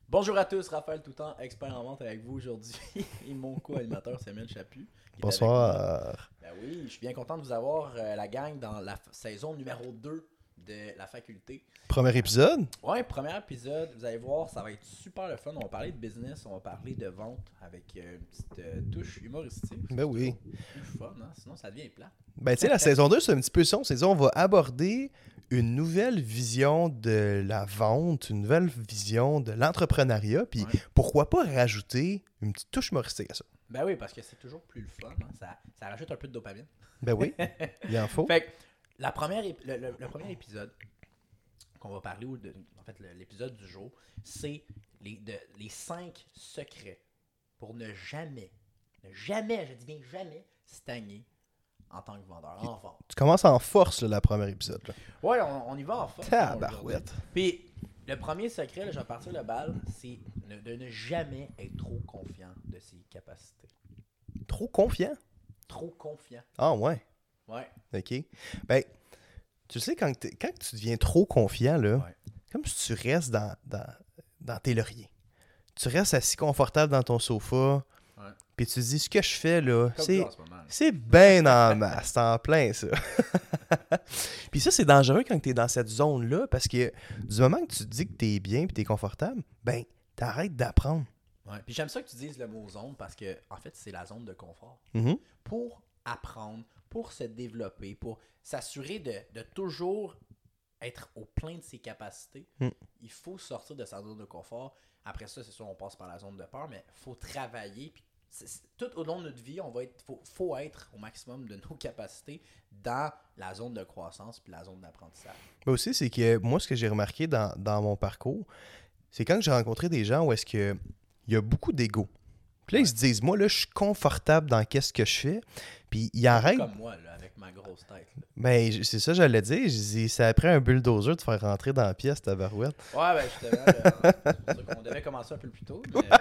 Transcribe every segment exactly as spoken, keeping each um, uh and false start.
Bonjour à tous, Raphaël Toutant, expert en vente avec vous aujourd'hui et mon co-animateur Samuel Chaput. Bonsoir. Ben oui, je suis bien content de vous avoir euh, la gang dans la f- saison numéro deux de la faculté. Premier épisode? Ouais, premier épisode, vous allez voir, ça va être super le fun. On va parler de business, on va parler de vente avec euh, une petite euh, touche humoristique. Ben oui. C'est plus fun, hein? Sinon ça devient plat. Ben tu sais, la saison deux, c'est un petit peu ça. On s'est dit, on va aborder une nouvelle vision de la vente, une nouvelle vision de l'entrepreneuriat, puis Ouais. pourquoi pas rajouter une petite touche humoristique à ça? Ben oui, parce que c'est toujours plus le fun, hein? ça, ça rajoute un peu de dopamine. Ben oui, il en faut. Fait que la première, ép- le, le- le premier épisode qu'on va parler, ou de, en fait le- l'épisode du jour, c'est les, de, les cinq secrets pour ne jamais, ne jamais, je dis bien jamais, stagner en tant que vendeur, en vente. Tu commences en force, là, la première épisode. Là. Ouais, on, on y va en force. Tabarouette. Puis le premier secret, là, je vais partir le bal, c'est ne- de ne jamais être trop confiant de ses capacités. Trop confiant? Trop confiant. Ah ouais, Ouais. OK. Ben, tu sais, quand, t'es- quand tu deviens trop confiant, là, Ouais. comme si tu restes dans, dans, dans tes lauriers. Tu restes assis confortable dans ton sofa, Ouais. puis tu te dis, ce que je fais, là, Comme c'est... toi en ce moment. C'est bien en masse, c'est en plein ça. Puis ça, c'est dangereux quand tu es dans cette zone-là, parce que du moment que tu te dis que tu es bien et tu es confortable, ben, t'arrêtes d'apprendre. Ouais. Puis j'aime ça que tu dises le mot zone parce que en fait c'est la zone de confort. Mhm. Pour apprendre, pour se développer, pour s'assurer de, de toujours être au plein de ses capacités, Mm. il faut sortir de sa zone de confort. Après ça, c'est sûr, on passe par la zone de peur, mais il faut travailler. Puis c'est- c'est- tout au long de notre vie, on va être, faut, faut être au maximum de nos capacités dans la zone de croissance puis la zone d'apprentissage. Mais aussi, c'est que moi, ce que j'ai remarqué dans, dans mon parcours, c'est quand j'ai rencontré des gens où est-ce que il y a beaucoup d'ego. Puis là, ils se disent, moi, là, je suis confortable dans qu'est-ce que je fais. Puis ils en règle. Comme moi, là, avec ma grosse tête. là. Ben, j- c'est ça, j'allais dire. Je dis, ça a pris un bulldozer de faire rentrer dans la pièce, ta barouette. Ouais, ben justement, là, c'est pour ça qu'on devait commencer un peu plus tôt. Mais...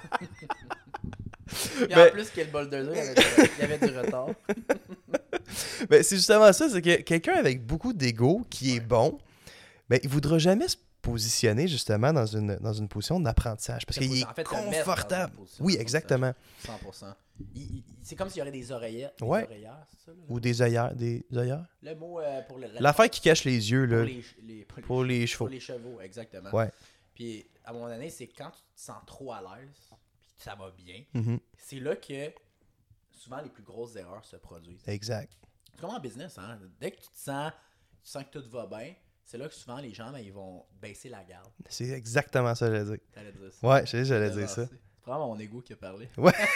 Puis en Ben- plus qu'il y a le bol de il y avait du, il y avait du retard. Ben, c'est justement ça, c'est que quelqu'un avec beaucoup d'ego qui est bon, ben, il voudra jamais se positionner justement dans une, dans une position d'apprentissage parce Se qu'il est posi- en fait, se mettre dans une confortable. position Oui, d'apprentissage. exactement. cent pour cent. Il- il- c'est comme s'il y aurait des oreillettes. Des Ouais. oreillères, c'est ça? Là, Ou des œillères. Des œillères. le mot euh, pour le, la- L'affaire qui cache les yeux, pour là, les, ch- les- pas les pour ch- les pour chevaux. les chevaux, exactement. Ouais. Puis à un moment donné, c'est quand tu te sens trop à l'aise, puis que ça va bien, Mhm. c'est là que souvent les plus grosses erreurs se produisent. Exact. C'est comme en business, hein? Dès que tu te sens, tu sens que tout va bien, c'est là que souvent les gens, ben, ils vont baisser la garde. C'est exactement ça, j'allais dire. T'allais dire ça. Ouais, je sais, j'allais T'allais dire ça. C'est vraiment mon ego qui a parlé.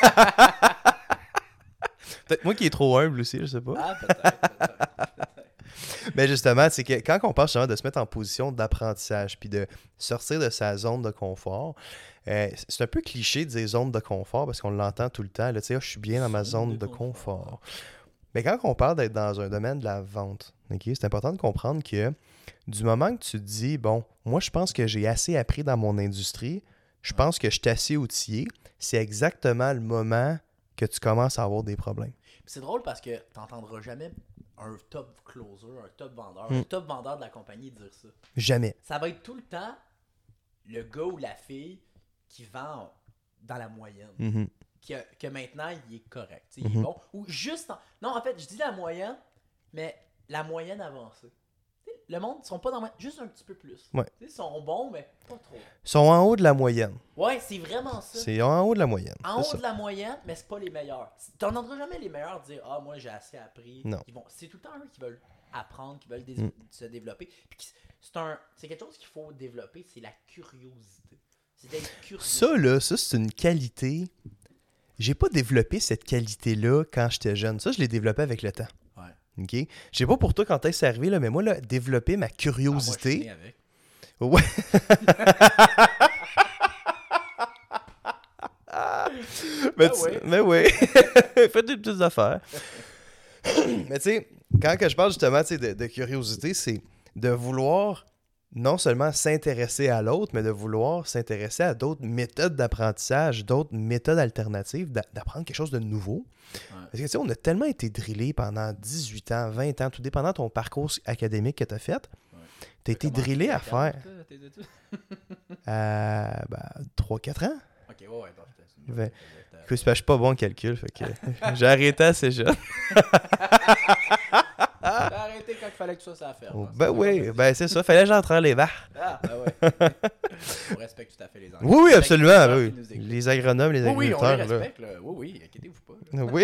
Peut-être moi qui est trop humble aussi, je sais pas. Ah, peut-être, peut-être, peut-être. Mais justement, c'est que quand on parle justement de se mettre en position d'apprentissage puis de sortir de sa zone de confort, euh, c'est un peu cliché de dire zone de confort parce qu'on l'entend tout le temps. Là, tu sais, ah, je suis bien dans ma Zone zone de de confort. confort. Mais quand on parle d'être dans un domaine de la vente, ok, c'est important de comprendre que du moment que tu te dis, bon, moi je pense que j'ai assez appris dans mon industrie, je pense que je suis assez outillé, c'est exactement le moment que tu commences à avoir des problèmes. Puis c'est drôle parce que t'entendras jamais un top closer, un top vendeur, Mm. un top vendeur de la compagnie dire ça. Jamais. Ça va être tout le temps le gars ou la fille qui vend dans la moyenne. Mhm. Que, que maintenant, il est correct. tu sais, Il est Mhm. bon. Ou juste... en- Non, en fait, je dis la moyenne, mais la moyenne avancée. Tu sais, le monde, ils sont pas dans la... Juste un petit peu plus. Ouais. Tu sais, Ils sont bons, mais pas trop. Ils sont en haut de la moyenne. Ouais, c'est vraiment ça. C'est en haut de la moyenne. En c'est haut ça. de la moyenne, mais c'est pas les meilleurs. Tu n'entendras jamais les meilleurs dire ah moi j'ai assez appris. Non. Ils vont, c'est tout le temps eux qui veulent apprendre, qui veulent dé- Mm. se développer. Puis qui- c'est un, c'est quelque chose qu'il faut développer, c'est la curiosité. C'est d'être curieux. Ça, là, ça, c'est une qualité. J'ai pas développé cette qualité-là quand j'étais jeune. Ça, je l'ai développé avec le temps. Ouais. OK? Je sais pas pour toi quand est-ce arrivé, là, mais moi, là, développer ma Ah, moi, je suis né curiosité. avec. Ouais. mais, Ah tu- ouais. mais oui. Faites des petites affaires. mais tu sais, quand que je parle justement tu sais, de, de curiosité, c'est de vouloir non seulement s'intéresser à l'autre, mais de vouloir s'intéresser à d'autres méthodes d'apprentissage, d'autres méthodes alternatives, d'a- d'apprendre quelque chose de nouveau. Ouais. Parce que tu sais, on a tellement été drillés pendant dix-huit ans, vingt ans, tout dépendant de ton parcours académique que tu as fait. Tu as été Comment drillé à tu fais, faire. toi? tes études? Euh, ben, trois quatre ans. Ok, ouais, ouais. Bon, c'est une Ben, joke. écoute, je suis pas bon en calcul, fait que j'ai arrêté assez jeune. T'as arrêté quand il fallait que tu sois sur la ferme. Oh, hein, c'est ben ça qu'on oui, a dit. ben c'est ça, fallait que j'entraîne les barres. Ah, ben ouais. On respecte tout à fait les Anglais. Oui, oui, Les absolument, agriculteurs oui. qui nous écoutent. Les agronomes, les Oui, oui, on les agriculteurs, là. respecte, là. Oui, oui, inquiétez-vous pas. là. Oui.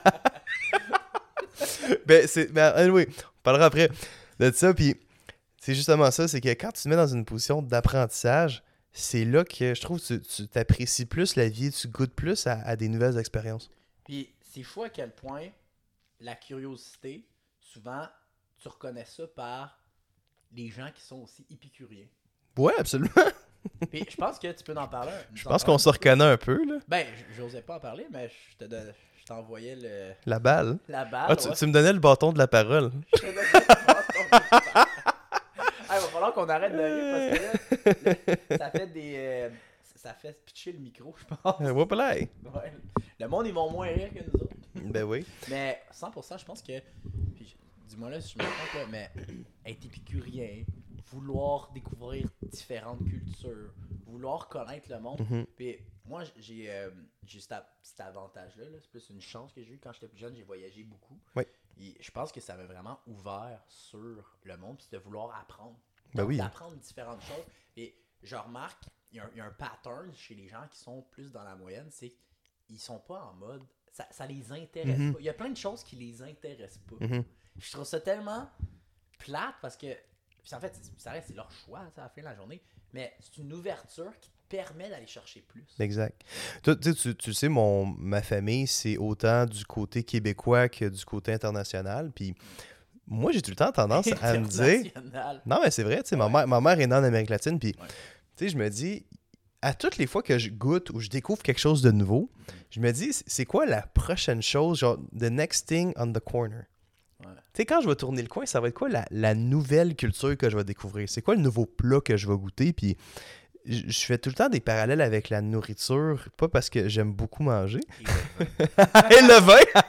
ben, c'est. Ben, anyway, on parlera après de ça. Puis, c'est justement ça, c'est que quand tu te mets dans une position d'apprentissage, c'est là que je trouve que tu t'apprécies plus la vie, tu goûtes plus à, à des nouvelles expériences. Puis c'est fou à quel point la curiosité, souvent, tu reconnais ça par les gens qui sont aussi épicuriens. Ouais, absolument. Puis je pense que tu peux en parler. Je pense qu'on se reconnaît un peu, là. Ben, j- j'osais pas en parler, mais je te donne- je t'envoyais le... La balle. la balle. Ah, tu, ouais. tu me donnais le bâton de la parole. Je te donnais le bâton. Ah, il va falloir qu'on arrête de rire parce que là, le- ça fait des... euh, ça fait pitcher le micro, je pense. Euh, whoop là. Ouais. Le monde, ils vont moins rire que nous autres. Ben oui. Mais cent pour cent, je pense que... Puis, je- dis-moi là si je me trompe, là, mais être épicurien, vouloir découvrir différentes cultures, vouloir connaître le monde. Mhm. Puis moi, j'ai euh, j'ai cet, a- cet avantage-là. Là. C'est plus une chance que j'ai eue. Quand j'étais plus jeune, j'ai voyagé beaucoup. Oui. Et je pense que ça m'a vraiment ouvert sur le monde, puis de vouloir apprendre. Ben oui. D'apprendre différentes choses. Et je remarque, il y, a un- il y a un pattern chez les gens qui sont plus dans la moyenne, c'est qu'ils sont pas en mode... Ça, ça les intéresse Mhm. pas. Il y a plein de choses qui les intéressent pas. Mhm. Je trouve ça tellement plate parce que, puis en fait, c'est- ça reste, c'est leur choix ça, à la fin de la journée, mais c'est une ouverture qui te permet d'aller chercher plus. Exact. Toi, tu, sais, tu, tu sais, mon, ma famille, c'est autant du côté québécois que du côté international. Puis moi, j'ai tout le temps tendance à me dire... International. Non, mais c'est vrai, tu sais, ma, Ouais. mère, ma mère est née en Amérique latine, puis Ouais. tu sais, je me dis, à toutes les fois que je goûte ou je découvre quelque chose de nouveau, je me dis, c'est- c'est quoi la prochaine chose, genre, the next thing on the corner? Ouais. Tu sais, quand je vais tourner le coin, ça va être quoi la, la nouvelle culture que je vais découvrir? C'est quoi le nouveau plat que je vais goûter? Puis je je fais tout le temps des parallèles avec la nourriture, pas parce que j'aime beaucoup manger, Et le vin. et le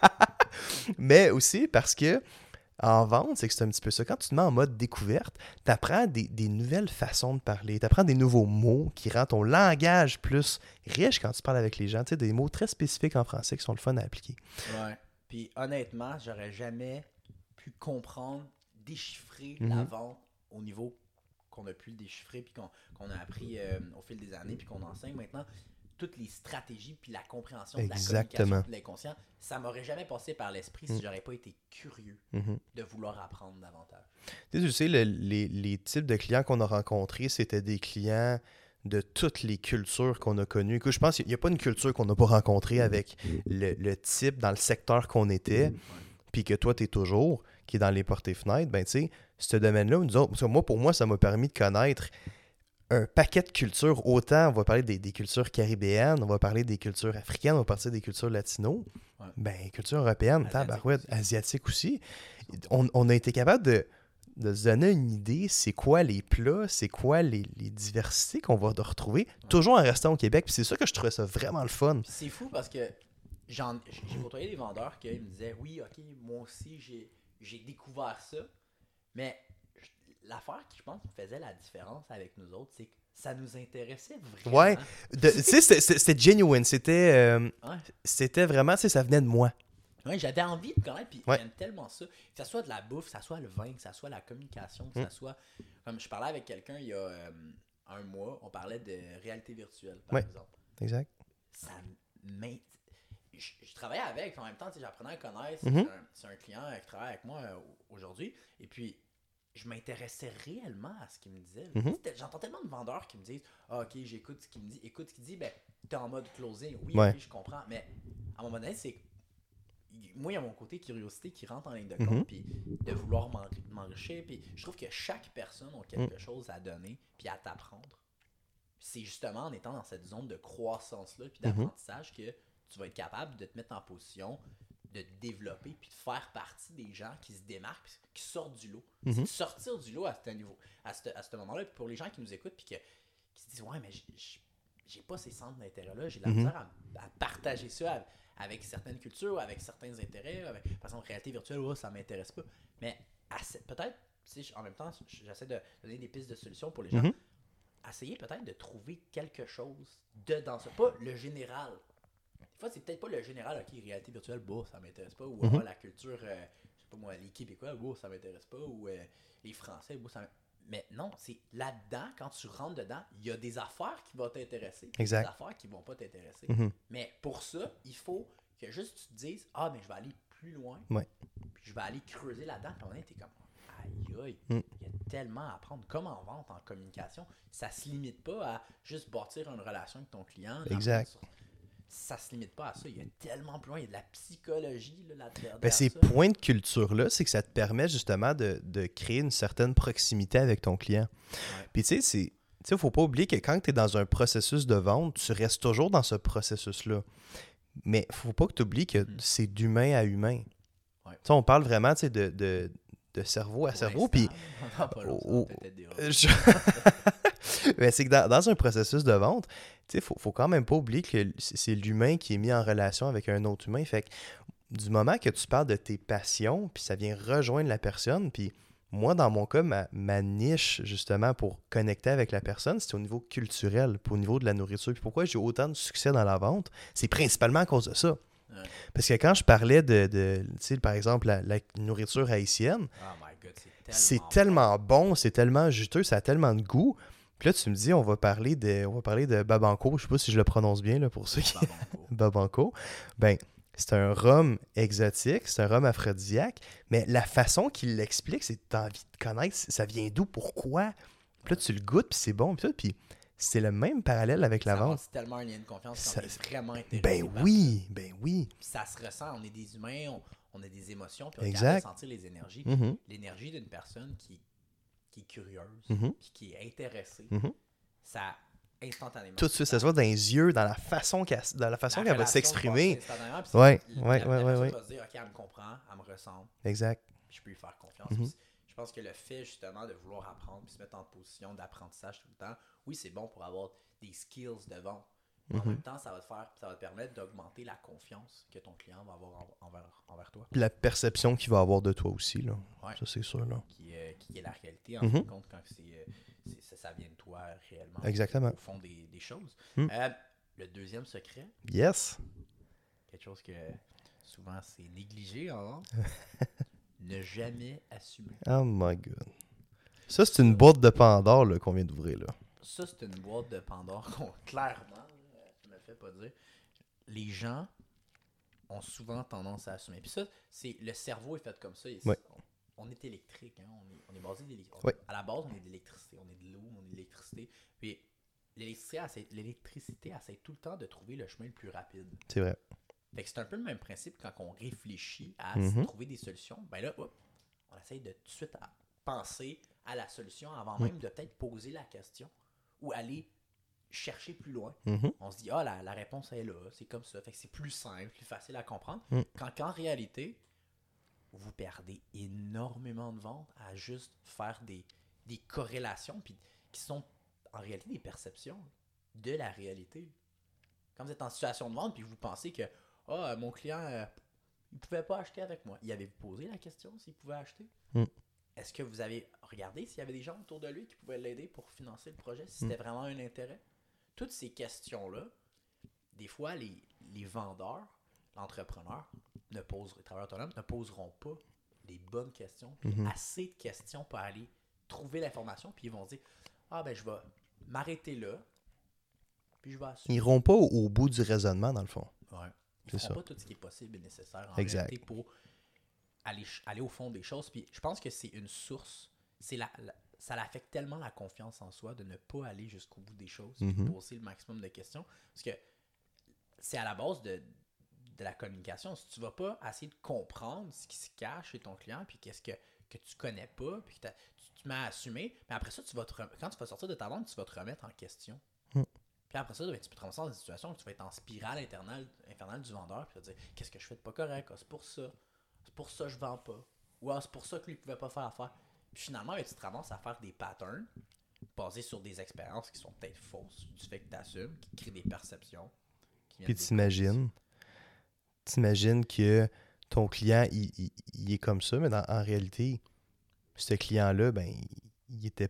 vin, mais aussi parce que en vente, c'est que c'est un petit peu ça. Quand tu te mets en mode découverte, tu apprends des, des nouvelles façons de parler, tu apprends des nouveaux mots qui rendent ton langage plus riche quand tu parles avec les gens. Tu sais, des mots très spécifiques en français qui sont le fun à appliquer. Ouais. Puis honnêtement, j'aurais jamais pu comprendre, déchiffrer Mhm. la vente au niveau qu'on a pu le déchiffrer, puis qu'on qu'on a appris euh, au fil des années, puis qu'on enseigne maintenant. Toutes les stratégies, puis la compréhension de la Exactement. communication, puis de l'inconscient, ça m'aurait jamais passé par l'esprit si Mm. j'aurais pas été curieux Mhm. de vouloir apprendre davantage. Tu sais, tu sais, le- les, les types de clients qu'on a rencontrés, c'était des clients de toutes les cultures qu'on a connues. Écoute, je pense qu'il n'y a pas une culture qu'on n'a pas rencontrée avec le, le type dans le secteur qu'on était, puis que toi, tu es toujours, qui est dans les portes et fenêtres. Ben, tu sais, ce domaine-là, nous autres, parce que moi, pour moi, ça m'a permis de connaître un paquet de cultures. Autant, on va parler des, des cultures caribéennes, on va parler des cultures africaines, on va parler des cultures latino. Ouais. Ben, culture européenne, Asiatique tabarouette, aussi. asiatique aussi. On, on a été capable de, de se donner une idée, c'est quoi les plats, c'est quoi les, les diversités qu'on va de retrouver, toujours en restant au Québec. Puis c'est ça que je trouvais ça vraiment le fun. Puis c'est fou parce que j'en- j'ai côtoyé des vendeurs qui me disaient oui, ok, moi aussi j'ai j'ai découvert ça, mais je- l'affaire qui je pense qui faisait la différence avec nous autres, c'est que ça nous intéressait vraiment. Ouais. De- Tu sais, c'était- c'était c'était genuine, c'était euh, Ouais. c'était vraiment, tu sais, ça venait de moi. Ouais, j'avais envie de connaître, puis Ouais. j'aime tellement ça. Que ça soit de la bouffe, que ça soit le vin, que ça soit la communication, que Mm. ça soit. Comme je parlais avec quelqu'un il y a euh, un mois, on parlait de réalité virtuelle, par Ouais. exemple. Exact. Ça m'in- Je, je travaillais avec, en même temps, tu sais, j'apprenais à le connaître. Mhm. C'est un, c'est un client qui travaille avec moi euh, aujourd'hui. Et puis, je m'intéressais réellement à ce qu'il me disait. Mhm. Tu sais, J'entends tellement de vendeurs qui me disent ah, ok, j'écoute ce qu'il me dit. Écoute ce qu'il dit, ben, t'es en mode closing. Oui, Ouais. ok, je comprends. Mais à un moment donné, c'est. Moi, il y a mon côté curiosité qui rentre en ligne de Mhm. compte, puis de vouloir m'enri- m'enrichir. Puis je trouve que chaque personne a quelque Mm. chose à donner, puis à t'apprendre. C'est justement en étant dans cette zone de croissance-là, puis Mhm. d'apprentissage que tu vas être capable de te mettre en position, de te développer, puis de faire partie des gens qui se démarquent, puis qui sortent du lot. Mhm. C'est de sortir du lot à ce niveau, à ce, à ce moment-là. Puis pour les gens qui nous écoutent, puis que, qui se disent ouais, mais j- j- j'ai pas ces centres d'intérêt-là, j'ai de la Mhm. misère à, à partager ça avec, avec certaines cultures, avec certains intérêts, avec, par exemple, réalité virtuelle, ouais, ça m'intéresse pas. Mais à ce- peut-être, tu sais, en même temps, j'essaie de donner des pistes de solutions pour les gens. Mhm. essayer peut-être de trouver quelque chose de dans ça. Pas le général. Des fois, c'est peut-être pas le général, ok, réalité virtuelle, bah, ça m'intéresse pas. Ou Mhm. ah, la culture, euh, je sais pas moi, les Québécois, bah, ça m'intéresse pas. Ou euh, les Français, bah, ça m'intéresse. Mais non, c'est là-dedans, quand tu rentres dedans, il y a des affaires qui vont t'intéresser. Exact. Des affaires qui vont pas t'intéresser. Mhm. Mais pour ça, il faut que juste tu te dises, ah, mais je vais aller plus loin. Ouais. Puis je vais aller creuser là-dedans. Puis on est, t'es comme, aïe, aïe, Mm. il y a tellement à apprendre. Comme en vente, en communication, ça se limite pas à juste bâtir une relation avec ton client. Exact. Sur... Ça se limite pas à ça. Il y a tellement plus loin. Il y a de la psychologie là, là-dedans. Ben, ces points de culture-là, c'est que ça te permet justement de, de créer une certaine proximité avec ton client. Ouais. Puis tu sais, c'est. Tu sais, faut pas oublier que quand tu es dans un processus de vente, tu restes toujours dans ce processus-là. Mais faut pas que tu oublies que Mm. c'est d'humain à humain. Ouais. Tu sais, on parle vraiment, tu sais, de, de, de cerveau à Pour cerveau. Puis l'instant, pas long, ça va Oh, peut-être être des je- Mais c'est que dans, dans un processus de vente, tu sais, faut, faut quand même pas oublier que c'est c'est l'humain qui est mis en relation avec un autre humain. Fait que du moment que tu parles de tes passions, puis ça vient rejoindre la personne, puis moi, dans mon cas, ma, ma niche, justement, pour connecter avec la personne, c'est au niveau culturel, puis au niveau de la nourriture. Puis pourquoi j'ai autant de succès dans la vente, c'est principalement à cause de ça. Ouais. Parce que quand je parlais de, de tu sais, par exemple, la, la nourriture haïtienne, Oh my god, c'est tellement. c'est tellement bon, c'est tellement juteux, ça a tellement de goût. Puis là, tu me dis, on va parler de, on va parler de Babanco, je sais pas si je le prononce bien, là, pour ceux qui... Babanco. Babanco. Ben, c'est un rhum exotique, c'est un rhum aphrodisiaque, mais la façon qu'il l'explique, c'est que tu as envie de connaître, ça vient d'où, pourquoi. Puis là, tu le goûtes, puis c'est bon, puis tout, puis c'est le même parallèle avec la Ça vente. C'est tellement un lien de confiance Ça- quand on est vraiment intéressé. Ben par oui, ben oui. Puis ça se ressent, on est des humains, on, on a des émotions, puis on est Exact. capable de sentir les énergies. Mhm, L'énergie d'une personne qui, qui est curieuse, mhm, puis qui est intéressée, mhm. ça instantanément. Tout de suite, ça se voit dans les yeux, dans la façon qu'elle, dans la façon La qu'elle va relation s'exprimer. passe instantanément, puis c'est- Ouais, la- ouais, la- ouais, la ouais, personne ouais. va se dire, ok, elle me comprend, elle me ressemble, Exact. puis je peux lui faire confiance. Mhm. Puis je pense que le fait justement de vouloir apprendre, puis se mettre en position d'apprentissage tout le temps, oui, c'est bon pour avoir des skills de vente. Mais en Mhm. même temps, ça va te faire, ça va te permettre d'augmenter la confiance que ton client va avoir en- envers, envers toi. Puis la perception qu'il va avoir de toi aussi, là. Ouais. Ça, c'est sûr, là. Qui, est- qui est la réalité, en Mhm. fin de compte, quand c'est, euh, c'est- ça, ça vient de toi réellement. Exactement. Au fond des, des choses. Mhm. Euh, le deuxième secret, Yes. quelque chose que souvent c'est négligé en vente, ne jamais assumer. Oh my god. Ça, c'est une boîte de Pandore, là, qu'on vient d'ouvrir, là. Ça, c'est une boîte de Pandore qu'on, clairement, là, je me le fais pas dire, les gens ont souvent tendance à assumer. Puis ça, c'est le cerveau est fait comme ça. Il- Ouais. On, on est électrique, hein, on, est, on est basé d'électricité. Ouais. À la base, on est d'électricité, on est de l'eau, on est d'électricité. Puis l'électricité, elle essaie- l'électricité essaie tout le temps de trouver le chemin le plus rapide. C'est vrai. Fait que c'est un peu le même principe quand on réfléchit à Mhm. trouver des solutions. Ben là, hop, on essaye de tout de suite à penser à la solution avant Mm. même de peut-être poser la question ou aller chercher plus loin. Mhm. On se dit, ah, la, la réponse est là, c'est comme ça. Fait que c'est plus simple, plus facile à comprendre. Mm. Quand qu'en réalité, vous perdez énormément de ventes à juste faire des, des corrélations puis qui sont en réalité des perceptions de la réalité. Quand vous êtes en situation de vente puis vous pensez que ah, mon client, euh, il pouvait pas acheter avec moi. Il avait posé la question s'il pouvait acheter. Mm. Est-ce que vous avez regardé s'il y avait des gens autour de lui qui pouvaient l'aider pour financer le projet, si c'était vraiment un intérêt? Toutes ces questions-là, des fois, les, les vendeurs, l'entrepreneur, ne posent, les travailleurs autonomes ne poseront pas les bonnes questions, puis Mhm. assez de questions pour aller trouver l'information, puis ils vont dire ah ben je vais m'arrêter là, puis je vais assumer. Ils iront pas au, au bout du raisonnement, dans le fond. Ouais. Ils C'est feront ça. pas tout ce qui est possible et nécessaire en Exact. réalité pour aller, ch- aller au fond des choses. Puis je pense que c'est une source, c'est la, la- ça l'affecte tellement la confiance en soi de ne pas aller jusqu'au bout des choses, puis Mhm. poser le maximum de questions. Parce que c'est à la base de, de la communication. Si tu vas pas essayer de comprendre ce qui se cache chez ton client, puis qu'est-ce que, que tu connais pas, puis que t'as- tu te mets à assumer, mais après ça, tu vas te rem- quand tu vas sortir de ta vente, tu vas te remettre en question. Mm. Puis après ça, ben, tu peux te ramasser dans une situation où tu vas être en spirale infernale, infernale du vendeur, puis tu vas te dire qu'est-ce que je fais de pas correct, ah, c'est pour ça, c'est pour ça que je vends pas, ou ah, c'est pour ça que lui pouvait pas faire affaire. Puis finalement, ben, tu te ramasses à faire des patterns basés sur des expériences qui sont peut-être fausses, du fait que tu assumes, qui créent des perceptions. qui viennent Puis des t'imagines, t'imagines que ton client, il, il- il est comme ça, mais dans- en réalité, ce client-là, ben, il, il était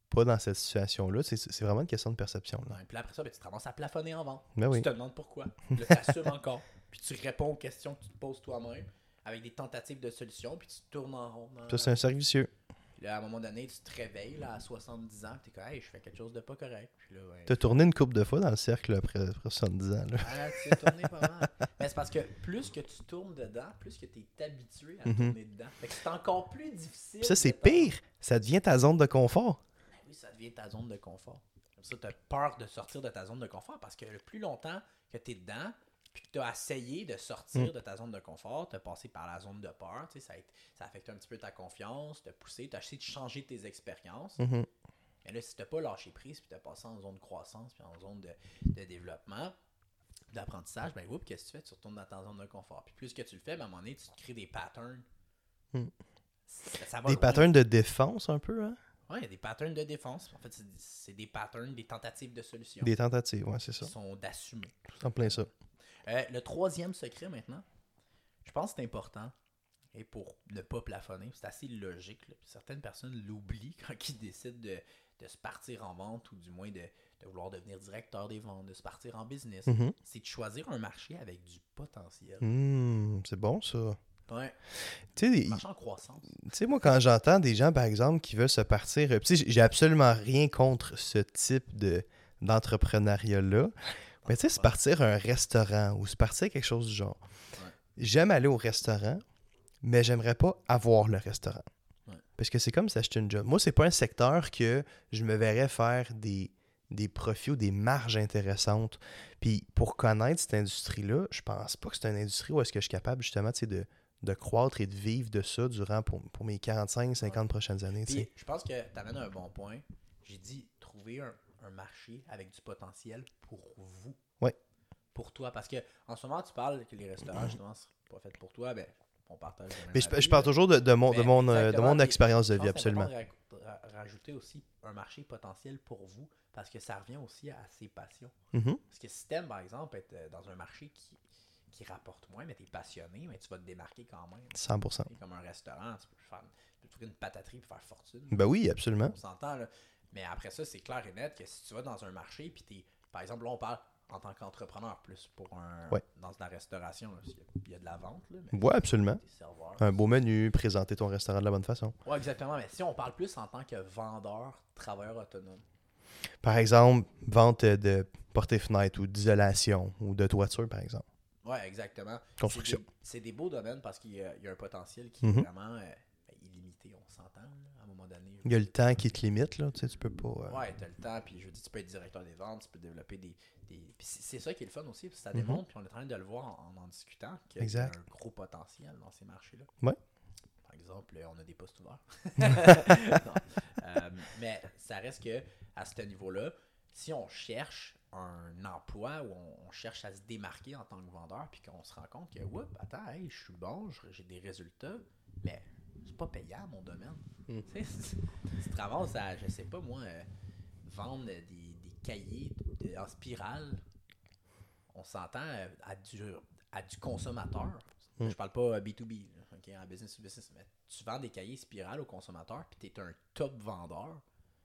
pas dans cette situation-là. C'est, c'est vraiment une question de perception. Là. Ouais, puis là, après ça, ben, tu te ramasses à plafonner en vente. Ben oui. Tu te demandes pourquoi. Puis là, tu assumes encore. Puis tu réponds aux questions que tu te poses toi-même avec des tentatives de solutions. Puis tu te tournes en rond. Dans... Ça, c'est un cercle vicieux. Puis là, à un moment donné, tu te réveilles là, à soixante-dix ans. Puis t'es comme, hey, je fais quelque chose de pas correct. Puis là, ouais. T'as tourné une couple de fois dans le cercle là, après, après soixante-dix ans. Là. Ah, tu as tourné pas mal. Mais c'est parce que plus que tu tournes dedans, plus que tu es habitué à Mm-hmm. tourner dedans. Fait que c'est encore plus difficile. Puis ça, c'est de t'en- pire. Ça devient ta zone de confort. Ben oui, ça devient ta zone de confort. Comme ça, tu as peur de sortir de ta zone de confort parce que le plus longtemps que tu es dedans, puis que tu as essayé de sortir Mm. de ta zone de confort, tu as passé par la zone de peur, tu sais, ça, a, été- ça a affecté un petit peu ta confiance, t'as poussé, tu as essayé de changer tes expériences. Mhm. Mais là, si tu n'as pas lâché prise, puis tu as passé en zone de croissance, puis en zone de, de développement, d'apprentissage, ben oups, qu'est-ce que tu fais? Tu retournes dans ta zone de confort. Puis plus que tu le fais, ben, à un moment donné, tu te crées des patterns. Mm. Ça, ça va Des loin. patterns de défense un peu, hein? Oui, il y a des patterns de défense. En fait, c'est, c'est des patterns, des tentatives de solution Des tentatives, ouais, c'est ça. qui sont d'assumer. En plein ça. Euh, le troisième secret maintenant, je pense que c'est important, et pour ne pas plafonner, c'est assez logique. Là. Certaines personnes l'oublient quand ils décident de, de se partir en vente ou du moins de, de vouloir devenir directeur des ventes, de se partir en business. Mhm. C'est de choisir un marché avec du potentiel. Mmh, c'est bon, ça. Ouais, Tu sais, un marché en croissance. Tu sais, moi, quand j'entends des gens, par exemple, qui veulent se partir... euh, Tu sais, j'ai absolument rien contre ce type de, d'entrepreneuriat-là. Mais tu sais, se partir un restaurant ou se partir quelque chose du genre. Ouais. J'aime aller au restaurant, mais j'aimerais pas avoir le restaurant. Ouais. Parce que c'est comme s'acheter une job. Moi, c'est pas un secteur que je me verrais faire des, des profits ou des marges intéressantes. Puis pour connaître cette industrie-là, je pense pas que c'est une industrie où est-ce que je suis capable, justement, tu sais, de... de croître et de vivre de ça durant pour, pour mes quarante-cinq cinquante ouais. prochaines années. Puis, je pense que tu amènes un bon point. J'ai dit trouver un, un marché avec du potentiel pour vous. Oui. Pour toi. Parce que en ce moment, tu parles que les restaurants, justement, ne sont pas faits pour toi. Ben, on partage. Mais je, je parle toujours de, de mon, de mon, de mon expérience de vie, je absolument. C'est important de ra- rajouter aussi un marché potentiel pour vous parce que ça revient aussi à ses passions. Mm-hmm. Parce que si t'aimes, par exemple, être dans un marché qui. qui rapporte moins, mais tu es passionné, mais tu vas te démarquer quand même. cent pour cent. C'est comme un restaurant, tu peux faire tu peux trouver une pâtisserie et faire fortune. Ben oui, absolument. On s'entend, là. Mais après ça, c'est clair et net que si tu vas dans un marché, puis t'es, par exemple, là, on parle en tant qu'entrepreneur plus pour un ouais. dans la restauration, là, il y a de la vente. Là, oui, absolument. Serveurs, un beau menu, présenter ton restaurant de la bonne façon. Oui, exactement. Mais si on parle plus en tant que vendeur, travailleur autonome. Par exemple, vente de porte-fenêtre ou d'isolation ou de toiture, par exemple. Oui, exactement. Construction. C'est des, c'est des beaux domaines parce qu'il y a, il y a un potentiel qui mm-hmm. est vraiment euh, ben, illimité, on s'entend, là, à un moment donné. Il y a le temps qui te limite, là, tu sais, tu peux pas... Euh... Ouais, tu as le temps, puis je veux dire, tu peux être directeur des ventes, tu peux développer des... des... Puis c'est, c'est ça qui est le fun aussi, parce que ça mm-hmm. démontre, puis on est en train de le voir en en, en discutant, qu'il y a un gros potentiel dans ces marchés-là. Ouais. Par exemple, on a des postes ouverts. non. Euh, mais ça reste que à ce niveau-là, si on cherche un emploi où on, on cherche à se démarquer en tant que vendeur, puis qu'on se rend compte que, oups, attends, hey, je suis bon, j'ai des résultats, mais c'est pas payant mon domaine. Mm. Tu sais, tu te ramasses à, je sais pas moi, euh, vendre des, des cahiers de, en spirale, on s'entend euh, à du, à du consommateur. Mm. Je parle pas B deux B, là, okay, en business to business, mais tu vends des cahiers spirales au consommateur, puis tu es un top vendeur.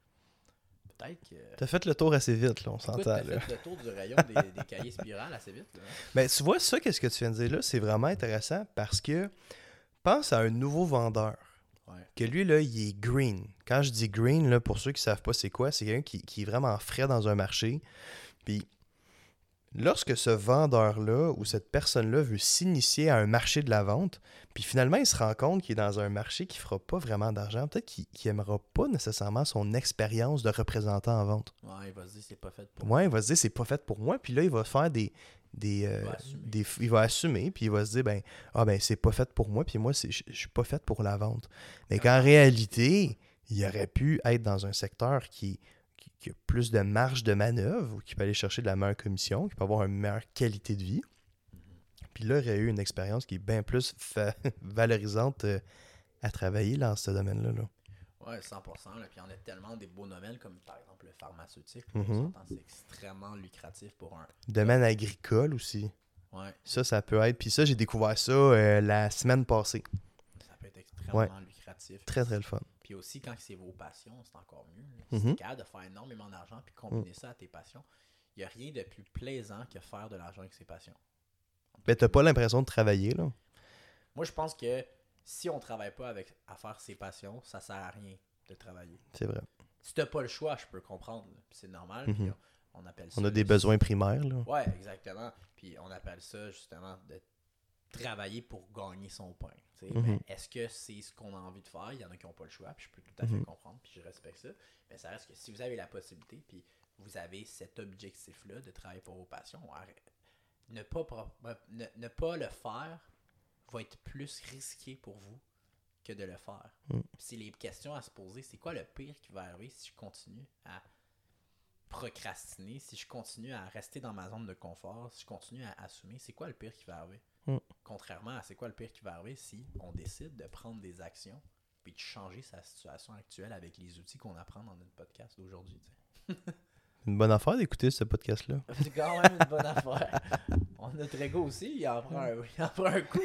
Que... T'as fait le tour assez vite, là, on s'entend. T'as là. fait le tour du rayon des, des cahiers spirales assez vite. Là. Mais tu vois, ça, qu'est-ce que tu viens de dire là, c'est vraiment intéressant parce que pense à un nouveau vendeur. Ouais. Que lui, là, il est green. Quand je dis green, là, pour ceux qui ne savent pas c'est quoi, c'est quelqu'un qui, qui est vraiment frais dans un marché. Puis lorsque ce vendeur-là ou cette personne-là veut s'initier à un marché de la vente, puis finalement, il se rend compte qu'il est dans un marché qui ne fera pas vraiment d'argent, peut-être qu'il n'aimera pas nécessairement son expérience de représentant en vente. Ouais, il va se dire c'est pas fait pour moi. Ouais, il va se dire c'est pas fait pour moi, puis là, il va faire des... des, euh, il, va assumer. des il va assumer, puis il va se dire, ben, ah ben, c'est pas fait pour moi, puis moi, c'est, je, je suis pas fait pour la vente. Mais ouais. qu'en réalité, il aurait pu être dans un secteur qui... qui a plus de marge de manœuvre, ou qui peut aller chercher de la meilleure commission, qui peut avoir une meilleure qualité de vie. Puis là, il aurait eu une expérience qui est bien plus fa- valorisante euh, à travailler dans ce domaine-là. Là. Oui, cent pour cent. Là. Puis on a tellement des beaux domaines, comme par exemple le pharmaceutique. Mm-hmm. C'est extrêmement lucratif pour un... Domaine agricole aussi. Ouais. Ça, ça peut être... Puis ça, j'ai découvert ça euh, la semaine passée. Ça peut être extrêmement ouais. lucratif. Très, très le fun. Puis Puis aussi, quand c'est vos passions, c'est encore mieux. Là. Si Mm-hmm. t'es capable de faire énormément d'argent puis combiner mm. ça à tes passions, il n'y a rien de plus plaisant que faire de l'argent avec ses passions. Mais t'as pas l'impression de travailler, là? Moi, je pense que si on travaille pas avec, à faire ses passions, ça sert à rien de travailler. C'est vrai. Si t'as pas le choix, je peux comprendre. C'est normal. Mm-hmm. Puis on, on appelle ça... On a des besoins primaires, là. Ouais, exactement. Puis on appelle ça, justement, de travailler pour gagner son pain. Mm-hmm. Mais est-ce que c'est ce qu'on a envie de faire? Il y en a qui n'ont pas le choix, puis je peux tout à fait mm-hmm. comprendre, puis je respecte ça. Mais ça reste que si vous avez la possibilité, puis vous avez cet objectif-là de travailler pour vos passions, ne pas, ne, ne pas le faire va être plus risqué pour vous que de le faire. Mm. Si les questions à se poser, c'est quoi le pire qui va arriver si je continue à procrastiner, si je continue à rester dans ma zone de confort, si je continue à assumer, c'est quoi le pire qui va arriver? Mm. Contrairement à c'est quoi le pire qui va arriver si on décide de prendre des actions puis de changer sa situation actuelle avec les outils qu'on apprend dans notre podcast d'aujourd'hui. Une bonne affaire d'écouter ce podcast-là. C'est quand même une bonne affaire. On a très go aussi, il en prend un, il en prend un coup.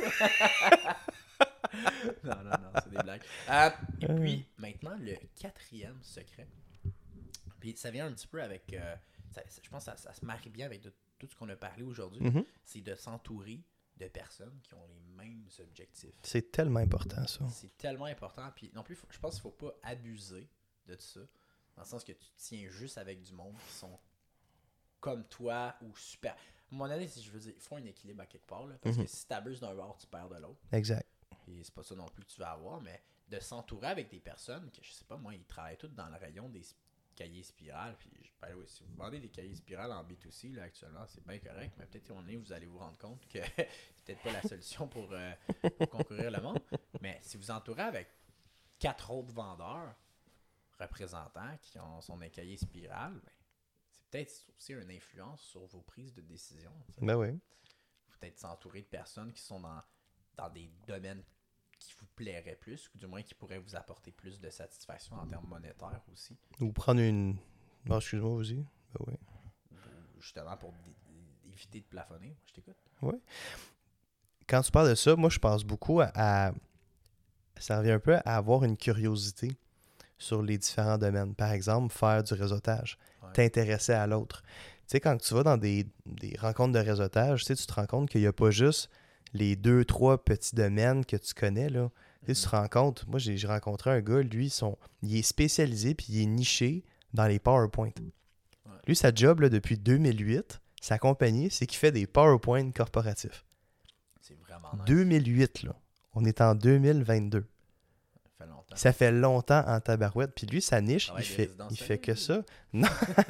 non, non, non, c'est des blagues. Euh, et puis, maintenant, le quatrième secret. Puis ça vient un petit peu avec... Euh, ça, je pense que ça, ça se marie bien avec de, tout ce qu'on a parlé aujourd'hui. Mm-hmm. C'est de s'entourer de personnes qui ont les mêmes objectifs. C'est tellement important, ça. C'est tellement important. Puis non plus, faut, je pense qu'il ne faut pas abuser de ça. Dans le sens que tu tiens juste avec du monde qui sont comme toi ou super. À un moment donné, si je veux dire, il faut un équilibre à quelque part. Là, parce mm-hmm. que si tu abuses d'un bord, tu perds de l'autre. Exact. Et c'est pas ça non plus que tu vas avoir, mais de s'entourer avec des personnes que, je sais pas, moi, ils travaillent tous dans le rayon des cahiers spirales. Puis, ben oui, si vous vendez des cahiers spirales en B deux C, là, actuellement, c'est bien correct, mais peut-être qu'un moment donné, vous allez vous rendre compte que c'est peut-être pas la solution pour, euh, pour concourir le monde. Mais si vous entourez avec quatre autres vendeurs, représentants qui ont, sont des cahiers spirales, ben, c'est peut-être aussi une influence sur vos prises de décision. T'sais. Ben oui. Vous peut-être s'entourer de personnes qui sont dans, dans des domaines qui vous plairaient plus, ou du moins qui pourraient vous apporter plus de satisfaction en termes monétaires aussi. Ou prendre une... Oh, excuse-moi, vas-y. Ben oui. Justement pour d- éviter de plafonner. Je t'écoute. Oui. Quand tu parles de ça, moi, je pense beaucoup à... à... Ça revient un peu à avoir une curiosité sur les différents domaines. Par exemple, faire du réseautage, ouais. T'intéresser à l'autre. Tu sais, quand tu vas dans des, des rencontres de réseautage, tu sais, tu te rends compte qu'il n'y a pas juste les deux, trois petits domaines que tu connais, là. Mm-hmm. Tu sais, tu te rends compte, moi, j'ai, j'ai rencontré un gars, lui, son, il est spécialisé puis il est niché dans les PowerPoint. Ouais. Lui, sa job, là, depuis deux mille huit, sa compagnie, c'est qu'il fait des PowerPoint corporatifs. C'est vraiment nice. deux mille huit, là. On est en deux mille vingt-deux. Ça fait longtemps. Ça fait longtemps en tabarouette. Puis lui, sa niche, il fait, il fait que ça. Non,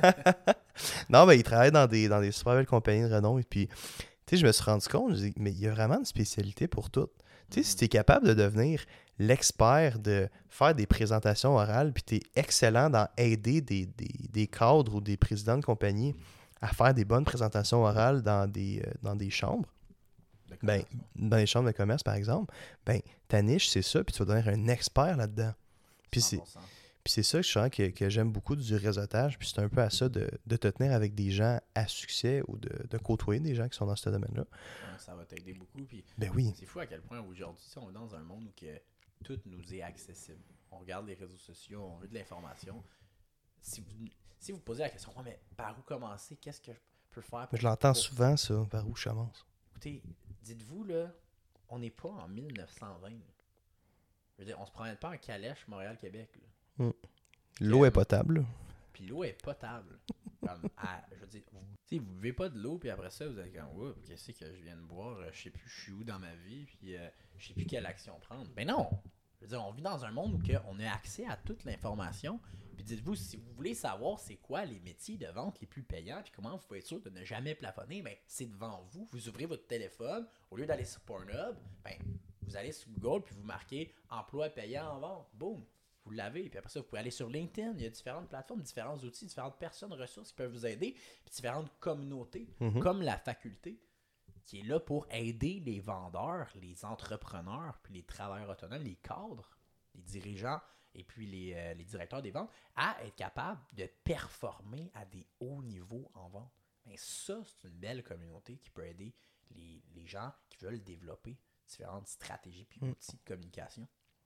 non mais il travaille dans des, dans des super belles compagnies de renom. Et puis, tu sais, je me suis rendu compte, je dis, mais il y a vraiment une spécialité pour tout. Tu sais, mm-hmm. si tu es capable de devenir l'expert de faire des présentations orales, puis tu es excellent dans aider des, des, des cadres ou des présidents de compagnie à faire des bonnes présentations orales dans des, euh, dans des chambres, ben, dans les chambres de commerce, par exemple, ben, ta niche, c'est ça, puis tu vas devenir un expert là-dedans. Puis c'est, puis c'est ça que je sens que, que j'aime beaucoup du réseautage, puis c'est un peu à ça de, de te tenir avec des gens à succès ou de, de côtoyer des gens qui sont dans ce domaine-là. Ouais, ça va t'aider beaucoup, puis ben oui. C'est fou à quel point aujourd'hui, on est dans un monde où que tout nous est accessible. On regarde les réseaux sociaux, on veut de l'information. Si vous, si vous posez la question, oh, mais par où commencer, qu'est-ce que je peux faire? Pour, je l'entends pour... souvent, ça, par où je commence. Écoutez, dites-vous, là, on n'est pas en dix-neuf cent vingt. Je veux dire, on se promène pas en calèche Montréal-Québec. Là. Mm. L'eau est potable. Puis l'eau est potable. Comme à, je veux dire, vous ne buvez pas de l'eau, puis après ça, vous êtes comme, oh, qu'est-ce que je viens de boire? Je sais plus, je suis où dans ma vie, puis euh, je sais plus quelle action prendre. Mais non! Je veux dire, on vit dans un monde où on a accès à toute l'information. Puis dites-vous, si vous voulez savoir c'est quoi les métiers de vente les plus payants, puis comment vous pouvez être sûr de ne jamais plafonner, ben, c'est devant vous. Vous ouvrez votre téléphone, au lieu d'aller sur Pornhub, ben, vous allez sur Google, puis vous marquez « Emploi payant en vente ». Boum! Vous l'avez. Puis après ça, vous pouvez aller sur LinkedIn. Il y a différentes plateformes, différents outils, différentes personnes, ressources qui peuvent vous aider, puis différentes communautés, mm-hmm. comme la faculté, qui est là pour aider les vendeurs, les entrepreneurs, puis les travailleurs autonomes, les cadres, les dirigeants et puis les, euh, les directeurs des ventes à être capables de performer à des hauts niveaux en vente. Mais ça, c'est une belle communauté qui peut aider les, les gens qui veulent développer différentes stratégies puis outils de communication.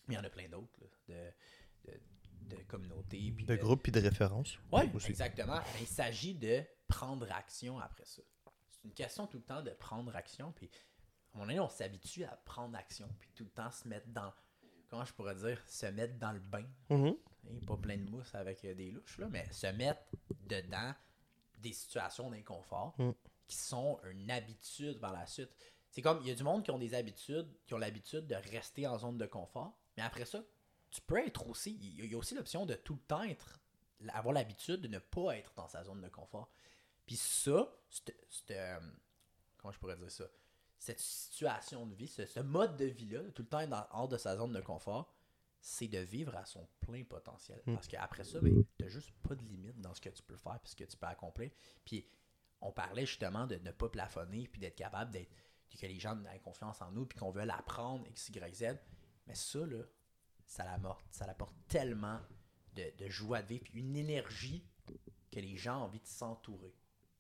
il y en a plein d'autres, là, de, de, de communautés. De, de groupes puis de références. Oui, exactement. Mais il s'agit de prendre action après ça. C'est une question tout le temps de prendre action. Puis, à mon avis, on s'habitue à prendre action. Puis tout le temps se mettre dans... Comment je pourrais dire? Se mettre dans le bain. Mm-hmm. Et pas plein de mousse avec euh, des louches, là, mais se mettre dedans des situations d'inconfort mm. qui sont une habitude par la suite. C'est comme, il y a du monde qui ont des habitudes, qui ont l'habitude de rester en zone de confort, mais après ça, tu peux être aussi, il y a aussi l'option de tout le temps être, avoir l'habitude de ne pas être dans sa zone de confort. Puis ça, c'est, c'est, euh, comment je pourrais dire ça, cette situation de vie, ce, ce mode de vie-là, tout le temps être dans, hors de sa zone de confort, c'est de vivre à son plein potentiel. Mm. Parce qu'après ça, ben, tu n'as juste pas de limite dans ce que tu peux faire et ce que tu peux accomplir. Puis on parlait justement de ne pas plafonner puis d'être capable d'être, que les gens aient confiance en nous puis qu'on veut l'apprendre, X, Y, Z. Mais ça, là, ça l'apporte, ça l'apporte tellement de, de joie de vivre puis une énergie que les gens ont envie de s'entourer.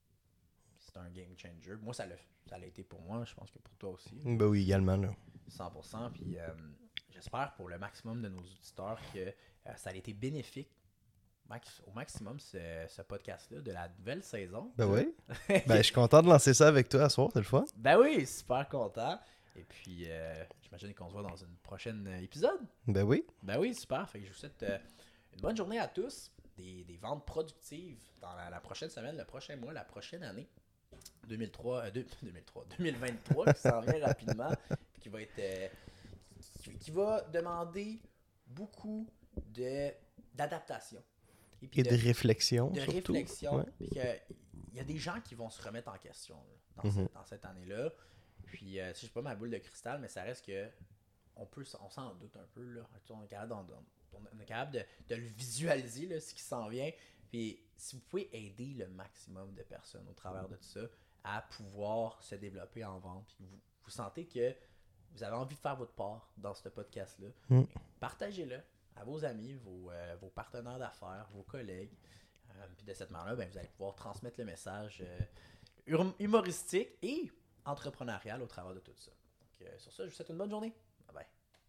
C'est un game changer. Moi, ça l'a, ça l'a été pour moi. Je pense que pour toi aussi. Ben oui, également. Là. cent pour cent. Puis euh, j'espère pour le maximum de nos auditeurs que euh, ça a été bénéfique max, au maximum ce, ce podcast-là de la nouvelle saison. Ben oui. Ben je suis content de lancer ça avec toi à soir, c'est le fun. Ben oui, super content. Et puis, euh, j'imagine qu'on se voit dans une prochaine épisode. Ben oui. Ben oui, super. Fait que je vous souhaite euh, une bonne journée à tous. Des, des ventes productives dans la, la prochaine semaine, le prochain mois, la prochaine année. deux mille trois, euh, deux, deux mille trois, deux mille vingt-trois qui s'en vient rapidement. Puis qui va être... Euh, qui, qui va demander beaucoup de, d'adaptation. Et, puis et de, de réflexion. De surtout. réflexion. Ouais. Puis il y a des gens qui vont se remettre en question là, dans, mm-hmm. cette, dans cette année-là. Puis, euh, je sais pas ma boule de cristal, mais ça reste que on peut, on s'en doute un peu. Là. On est capable, on est capable de, de le visualiser, là, ce qui s'en vient. Puis, si vous pouvez aider le maximum de personnes au travers de tout ça à pouvoir se développer en vente, puis vous, vous sentez que vous avez envie de faire votre part dans ce podcast-là, mm. partagez-le à vos amis, vos, euh, vos partenaires d'affaires, vos collègues. Euh, puis de cette manière-là, ben, vous allez pouvoir transmettre le message euh, humoristique et entrepreneurial au travers de tout ça. Donc, euh, sur ça, je vous souhaite une bonne journée.